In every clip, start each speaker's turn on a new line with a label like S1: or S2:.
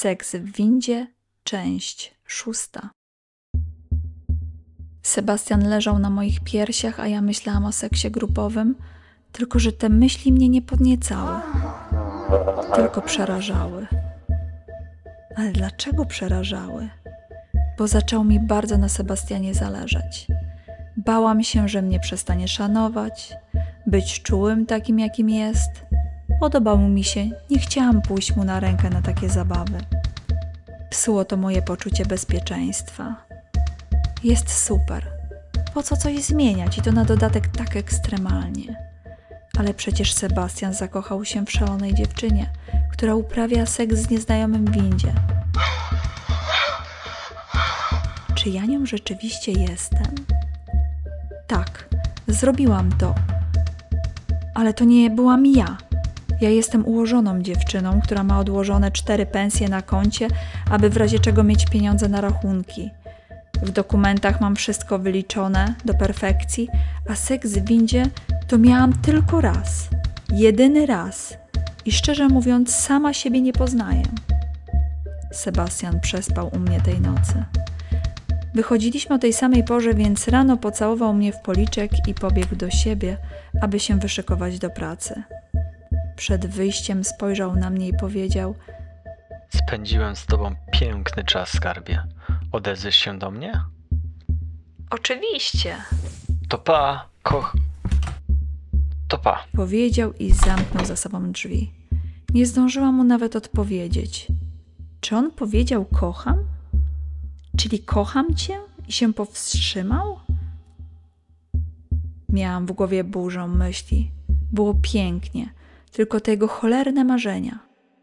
S1: Seks w windzie, część 6. Sebastian leżał na moich piersiach, a ja myślałam o seksie grupowym, tylko że te myśli mnie nie podniecały, tylko przerażały. Ale dlaczego przerażały? Bo zaczął mi bardzo na Sebastianie zależeć. Bałam się, że mnie przestanie szanować, być czułym takim, jakim jest. Podobał mi się, nie chciałam pójść mu na rękę na takie zabawy. Psuło to moje poczucie bezpieczeństwa. Jest super. Po co coś zmieniać i to na dodatek tak ekstremalnie? Ale przecież Sebastian zakochał się w szalonej dziewczynie, która uprawia seks z nieznajomym w windzie. Czy ja nią rzeczywiście jestem? Tak, zrobiłam to. Ale to nie byłam ja. Ja jestem ułożoną dziewczyną, która ma odłożone 4 pensje na koncie, aby w razie czego mieć pieniądze na rachunki. W dokumentach mam wszystko wyliczone do perfekcji, a seks w windzie to miałam tylko raz. Jedyny raz. I szczerze mówiąc, sama siebie nie poznaję. Sebastian przespał u mnie tej nocy. Wychodziliśmy o tej samej porze, więc rano pocałował mnie w policzek i pobiegł do siebie, aby się wyszykować do pracy. Przed wyjściem spojrzał na mnie i powiedział:
S2: Spędziłem z tobą piękny czas, skarbie. Odezwiesz się do mnie?
S1: Oczywiście.
S2: To pa, To pa.
S1: Powiedział i zamknął za sobą drzwi. Nie zdążyłam mu nawet odpowiedzieć. Czy on powiedział kocham? Czyli kocham cię i się powstrzymał? Miałam w głowie burzę myśli. Było pięknie, tylko te jego cholerne marzenia.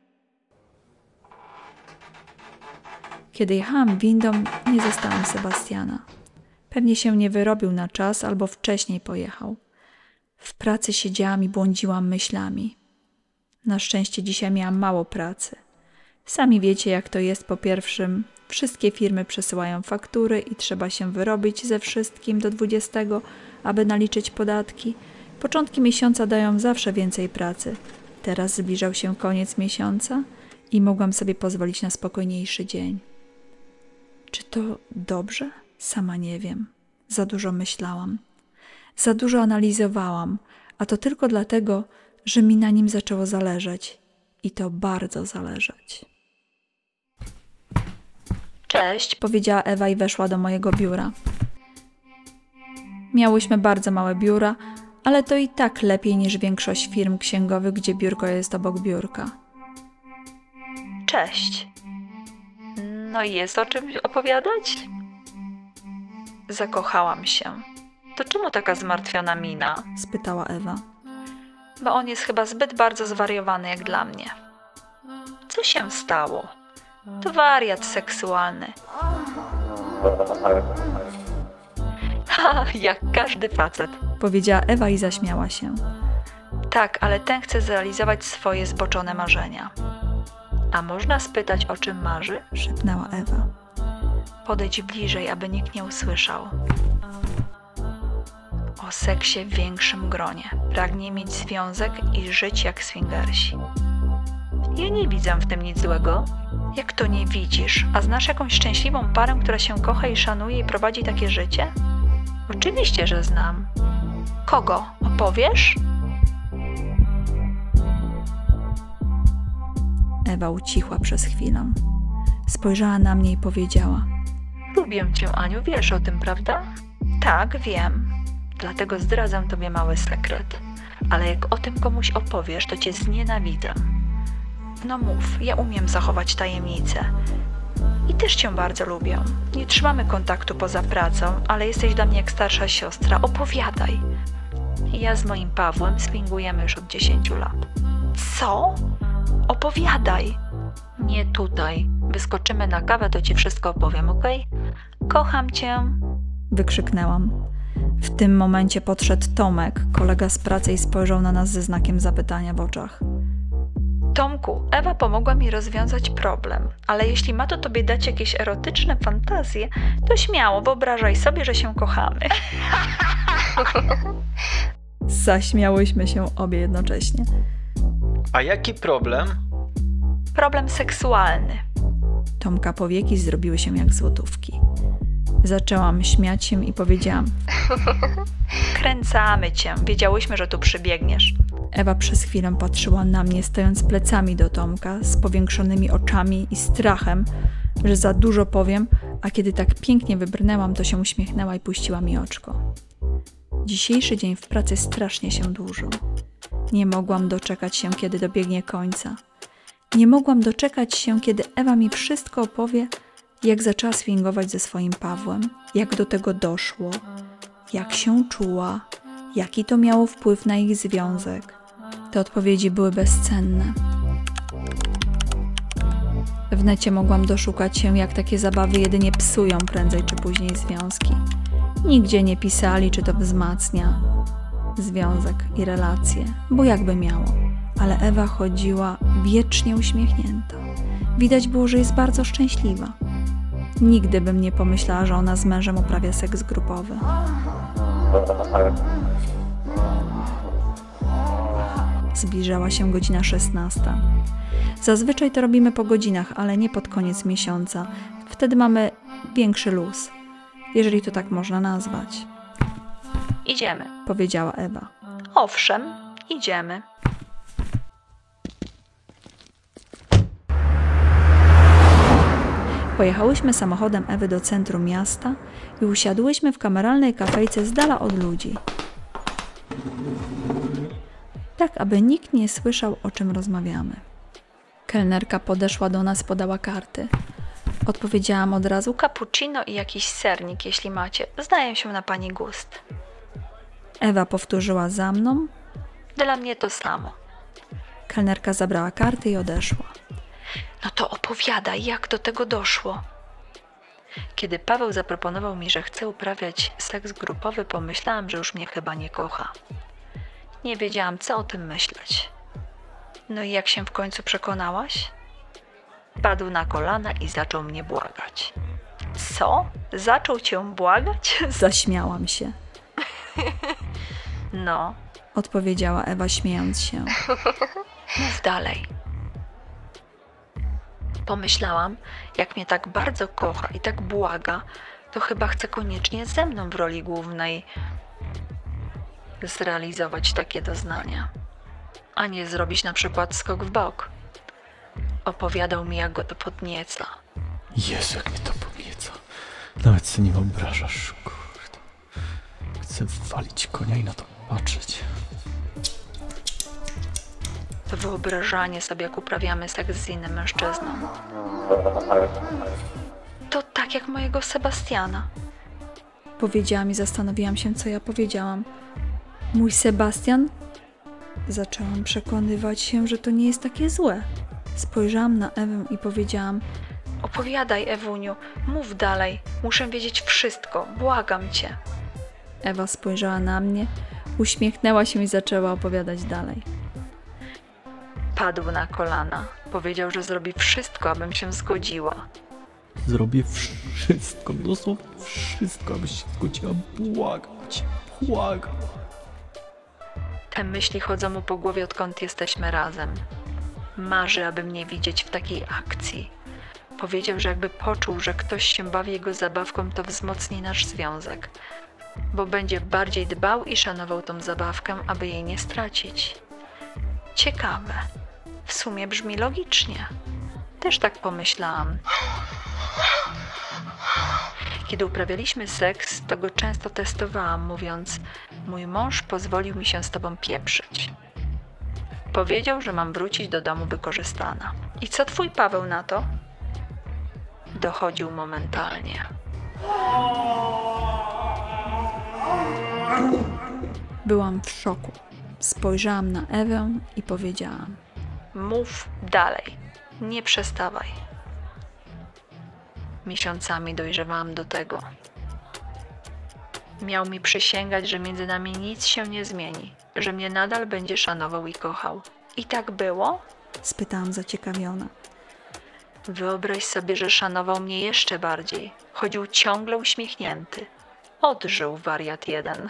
S1: Kiedy jechałam windą, nie zastałam Sebastiana. Pewnie się nie wyrobił na czas albo wcześniej pojechał. W pracy siedziałam i błądziłam myślami. Na szczęście dzisiaj miałam mało pracy. Sami wiecie, jak to jest po pierwszym. Wszystkie firmy przesyłają faktury i trzeba się wyrobić ze wszystkim do 20, aby naliczyć podatki. Początki miesiąca dają zawsze więcej pracy. Teraz zbliżał się koniec miesiąca i mogłam sobie pozwolić na spokojniejszy dzień. Czy to dobrze? Sama nie wiem. Za dużo myślałam. Za dużo analizowałam, a to tylko dlatego, że mi na nim zaczęło zależeć. I to bardzo zależeć. Cześć, powiedziała Ewa i weszła do mojego biura. Miałyśmy bardzo małe biura, ale to i tak lepiej niż większość firm księgowych, gdzie biurko jest obok biurka. Cześć. No i jest o czym opowiadać? Zakochałam się. To czemu taka zmartwiona mina? Spytała Ewa. Bo on jest chyba zbyt bardzo zwariowany jak dla mnie. Co się stało? To wariat seksualny. Ha, jak każdy facet, powiedziała Ewa i zaśmiała się. Tak, ale ten chce zrealizować swoje zboczone marzenia. A można spytać, o czym marzy? Szepnęła Ewa. Podejdź bliżej, aby nikt nie usłyszał. O seksie w większym gronie. Pragnie mieć związek i żyć jak swingersi. Ja nie widzę w tym nic złego. Jak to nie widzisz? A znasz jakąś szczęśliwą parę, która się kocha i szanuje i prowadzi takie życie? Oczywiście, że znam. Kogo? Opowiesz? Ewa ucichła przez chwilę. Spojrzała na mnie i powiedziała: Lubię cię, Aniu, wiesz o tym, prawda? Tak, wiem. Dlatego zdradzam tobie mały sekret. Ale jak o tym komuś opowiesz, to cię znienawidzę. No mów, ja umiem zachować tajemnicę. I też cię bardzo lubię. Nie trzymamy kontaktu poza pracą, ale jesteś dla mnie jak starsza siostra. Opowiadaj. Ja z moim Pawłem swingujemy już od 10 lat. Co? Opowiadaj. Nie tutaj. Wyskoczymy na kawę, to ci wszystko opowiem, okej? Kocham cię. Wykrzyknęłam. W tym momencie podszedł Tomek, kolega z pracy, i spojrzał na nas ze znakiem zapytania w oczach. Tomku, Ewa pomogła mi rozwiązać problem, ale jeśli ma to tobie dać jakieś erotyczne fantazje, to śmiało, wyobrażaj sobie, że się kochamy. Zaśmiałyśmy się obie jednocześnie.
S2: A jaki problem?
S1: Problem seksualny. Tomka powieki zrobiły się jak złotówki. Zaczęłam śmiać się i powiedziałam: kręcamy cię, wiedziałyśmy, że tu przybiegniesz. Ewa przez chwilę patrzyła na mnie, stojąc plecami do Tomka, z powiększonymi oczami i strachem, że za dużo powiem, a kiedy tak pięknie wybrnęłam, to się uśmiechnęła i puściła mi oczko. Dzisiejszy dzień w pracy strasznie się dłużył. Nie mogłam doczekać się, kiedy dobiegnie końca. Nie mogłam doczekać się, kiedy Ewa mi wszystko opowie, jak zaczęła swingować ze swoim Pawłem, jak do tego doszło, jak się czuła, jaki to miało wpływ na ich związek. Te odpowiedzi były bezcenne. W necie mogłam doszukać się, jak takie zabawy jedynie psują prędzej czy później związki. Nigdzie nie pisali, czy to wzmacnia związek i relacje, bo jakby miało. Ale Ewa chodziła wiecznie uśmiechnięta. Widać było, że jest bardzo szczęśliwa. Nigdy bym nie pomyślała, że ona z mężem uprawia seks grupowy. Zbliżała się godzina 16. Zazwyczaj to robimy po godzinach, ale nie pod koniec miesiąca. Wtedy mamy większy luz, jeżeli to tak można nazwać. Idziemy, powiedziała Ewa. Owszem, idziemy. Pojechałyśmy samochodem Ewy do centrum miasta i usiadłyśmy w kameralnej kafejce z dala od ludzi. Tak, aby nikt nie słyszał, o czym rozmawiamy. Kelnerka podeszła do nas, podała karty. Odpowiedziałam od razu: cappuccino i jakiś sernik, jeśli macie. Zdaje się na pani gust. Ewa powtórzyła za mną: dla mnie to samo. Kelnerka zabrała karty i odeszła. No to opowiadaj, jak do tego doszło. Kiedy Paweł zaproponował mi, że chce uprawiać seks grupowy, pomyślałam, że już mnie chyba nie kocha. Nie wiedziałam, co o tym myśleć. No i jak się w końcu przekonałaś? Padł na kolana i zaczął mnie błagać. Co? Zaczął cię błagać? Zaśmiałam się. No, odpowiedziała Ewa, śmiejąc się. Mów dalej. Pomyślałam, jak mnie tak bardzo kocha i tak błaga, to chyba chce koniecznie ze mną w roli głównej zrealizować takie doznania, a nie zrobić na przykład skok w bok. Opowiadał mi, jak go to podnieca.
S2: Jezu, jak mnie to podnieca. Nawet sobie nie wyobrażasz, kurde. Chcę walić konia i na to patrzeć.
S1: To wyobrażanie sobie, jak uprawiamy seks z innym mężczyzną. To tak jak mojego Sebastiana. Powiedziałam i zastanowiłam się, co ja powiedziałam. Mój Sebastian? Zaczęłam przekonywać się, że to nie jest takie złe. Spojrzałam na Ewę i powiedziałam: opowiadaj, Ewuniu, mów dalej, muszę wiedzieć wszystko, błagam cię. Ewa spojrzała na mnie, uśmiechnęła się i zaczęła opowiadać dalej. Padł na kolana, powiedział, że zrobi wszystko, abym się zgodziła.
S2: Zrobię wszystko, dosłownie wszystko, abyś się zgodziła. Błagam cię, błagam.
S1: Te myśli chodzą mu po głowie, odkąd jesteśmy razem. Marzy, aby mnie widzieć w takiej akcji. Powiedział, że jakby poczuł, że ktoś się bawi jego zabawką, to wzmocni nasz związek, bo będzie bardziej dbał i szanował tą zabawkę, aby jej nie stracić. Ciekawe. W sumie brzmi logicznie. Też tak pomyślałam. Kiedy uprawialiśmy seks, to go często testowałam, mówiąc: mój mąż pozwolił mi się z tobą pieprzyć. Powiedział, że mam wrócić do domu wykorzystana. I co twój Paweł na to? Dochodził momentalnie. Byłam w szoku. Spojrzałam na Ewę i powiedziałam: mów dalej, nie przestawaj. Miesiącami dojrzewałam do tego. Miał mi przysięgać, że między nami nic się nie zmieni, że mnie nadal będzie szanował i kochał. I tak było? Spytałam zaciekawiona. Wyobraź sobie, że szanował mnie jeszcze bardziej. Chodził ciągle uśmiechnięty. Odżył wariat jeden.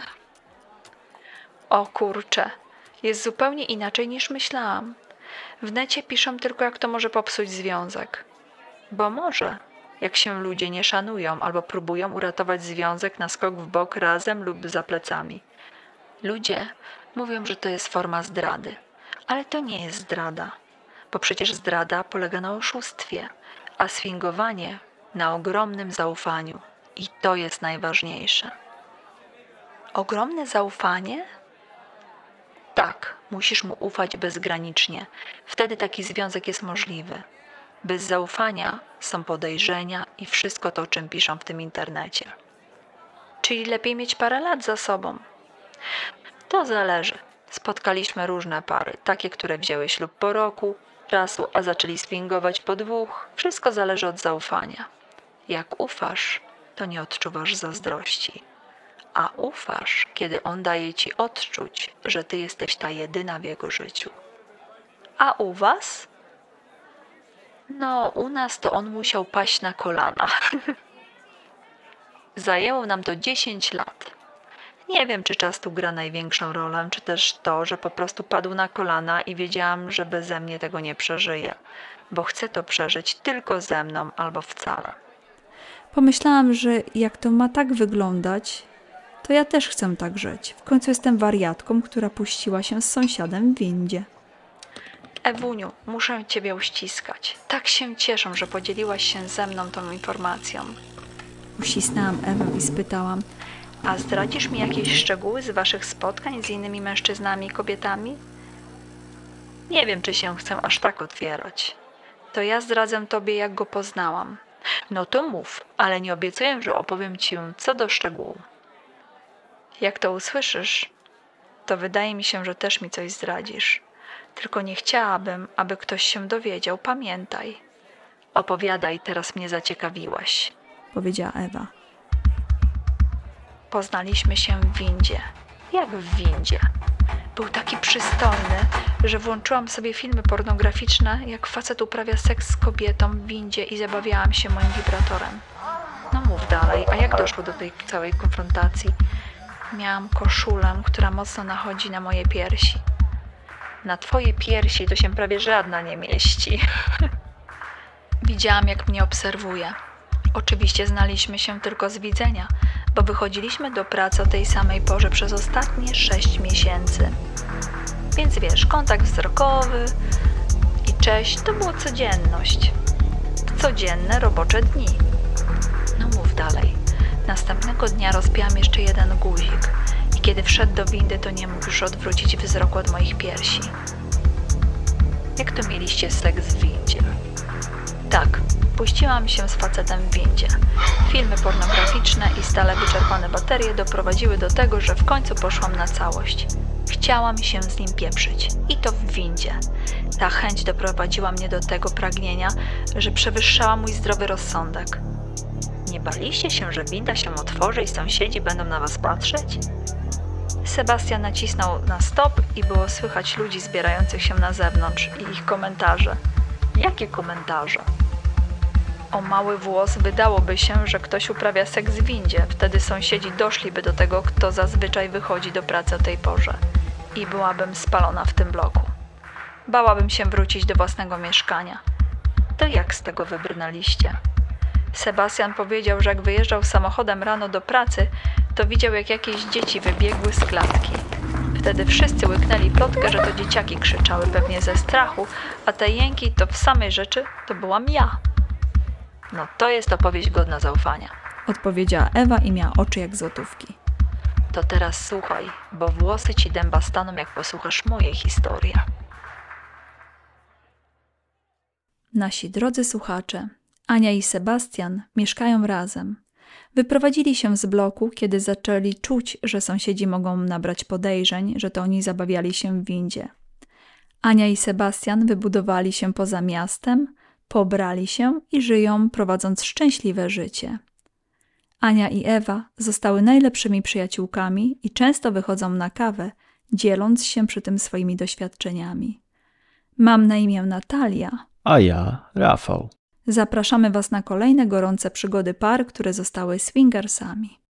S1: O kurczę, jest zupełnie inaczej niż myślałam. W necie piszą tylko, jak to może popsuć związek. Bo może, jak się ludzie nie szanują albo próbują uratować związek na skok w bok razem lub za plecami. Ludzie mówią, że to jest forma zdrady, ale to nie jest zdrada, bo przecież zdrada polega na oszustwie, a swingowanie na ogromnym zaufaniu. I to jest najważniejsze. Ogromne zaufanie? Tak, musisz mu ufać bezgranicznie. Wtedy taki związek jest możliwy. Bez zaufania są podejrzenia i wszystko to, o czym piszą w tym internecie. Czyli lepiej mieć parę lat za sobą. To zależy. Spotkaliśmy różne pary, takie, które wzięły ślub po roku czasu, a zaczęli swingować po 2. Wszystko zależy od zaufania. Jak ufasz, to nie odczuwasz zazdrości. A ufasz, kiedy on daje ci odczuć, że ty jesteś ta jedyna w jego życiu. A u was? No, u nas to on musiał paść na kolana. Zajęło nam to 10 lat. Nie wiem, czy czas tu gra największą rolę, czy też to, że po prostu padł na kolana i wiedziałam, że beze mnie tego nie przeżyje, bo chcę to przeżyć tylko ze mną albo wcale. Pomyślałam, że jak to ma tak wyglądać, to ja też chcę tak żyć. W końcu jestem wariatką, która puściła się z sąsiadem w windzie. Ewuniu, muszę ciebie uściskać. Tak się cieszę, że podzieliłaś się ze mną tą informacją. Uścisnęłam Ewę i spytałam: a zdradzisz mi jakieś szczegóły z waszych spotkań z innymi mężczyznami i kobietami? Nie wiem, czy się chcę aż tak otwierać. To ja zdradzę tobie, jak go poznałam. No to mów, ale nie obiecuję, że opowiem ci co do szczegółu. Jak to usłyszysz, to wydaje mi się, że też mi coś zdradzisz. Tylko nie chciałabym, aby ktoś się dowiedział. Pamiętaj. Opowiadaj, teraz mnie zaciekawiłaś, powiedziała Ewa. Poznaliśmy się w windzie. Jak w windzie? Był taki przystojny, że włączyłam sobie filmy pornograficzne, jak facet uprawia seks z kobietą w windzie i zabawiałam się moim wibratorem. No mów dalej, a jak doszło do tej całej konfrontacji? Miałam koszulę, która mocno nachodzi na moje piersi. Na twoje piersi to się prawie żadna nie mieści. Widziałam, jak mnie obserwuje. Oczywiście znaliśmy się tylko z widzenia, bo wychodziliśmy do pracy o tej samej porze przez ostatnie 6 miesięcy. Więc wiesz, kontakt wzrokowy i cześć to było codzienność. Codzienne robocze dni. No mów dalej. Następnego dnia rozbiłam jeszcze jeden guzik i kiedy wszedł do windy, to nie mógł już odwrócić wzroku od moich piersi. Jak to mieliście seks w windzie? Tak, puściłam się z facetem w windzie. Filmy pornograficzne i stale wyczerpane baterie doprowadziły do tego, że w końcu poszłam na całość. Chciałam się z nim pieprzyć. I to w windzie. Ta chęć doprowadziła mnie do tego pragnienia, że przewyższała mój zdrowy rozsądek. Nie baliście się, że winda się otworzy i sąsiedzi będą na was patrzeć? Sebastian nacisnął na stop i było słychać ludzi zbierających się na zewnątrz i ich komentarze. Jakie komentarze? O mały włos wydałoby się, że ktoś uprawia seks w windzie. Wtedy sąsiedzi doszliby do tego, kto zazwyczaj wychodzi do pracy o tej porze. I byłabym spalona w tym bloku. Bałabym się wrócić do własnego mieszkania. To jak z tego wybrnęliście? Sebastian powiedział, że jak wyjeżdżał samochodem rano do pracy, to widział, jak jakieś dzieci wybiegły z klatki. Wtedy wszyscy łyknęli plotkę, że to dzieciaki krzyczały pewnie ze strachu, a te jęki to w samej rzeczy to byłam ja. No to jest opowieść godna zaufania, odpowiedziała Ewa i miała oczy jak złotówki. To teraz słuchaj, bo włosy ci dęba staną, jak posłuchasz mojej historii. Nasi drodzy słuchacze, Ania i Sebastian mieszkają razem. Wyprowadzili się z bloku, kiedy zaczęli czuć, że sąsiedzi mogą nabrać podejrzeń, że to oni zabawiali się w windzie. Ania i Sebastian wybudowali się poza miastem, pobrali się i żyją, prowadząc szczęśliwe życie. Ania i Ewa zostały najlepszymi przyjaciółkami i często wychodzą na kawę, dzieląc się przy tym swoimi doświadczeniami. Mam na imię Natalia.
S2: A ja, Rafał.
S1: Zapraszamy Was na kolejne gorące przygody par, które zostały swingersami.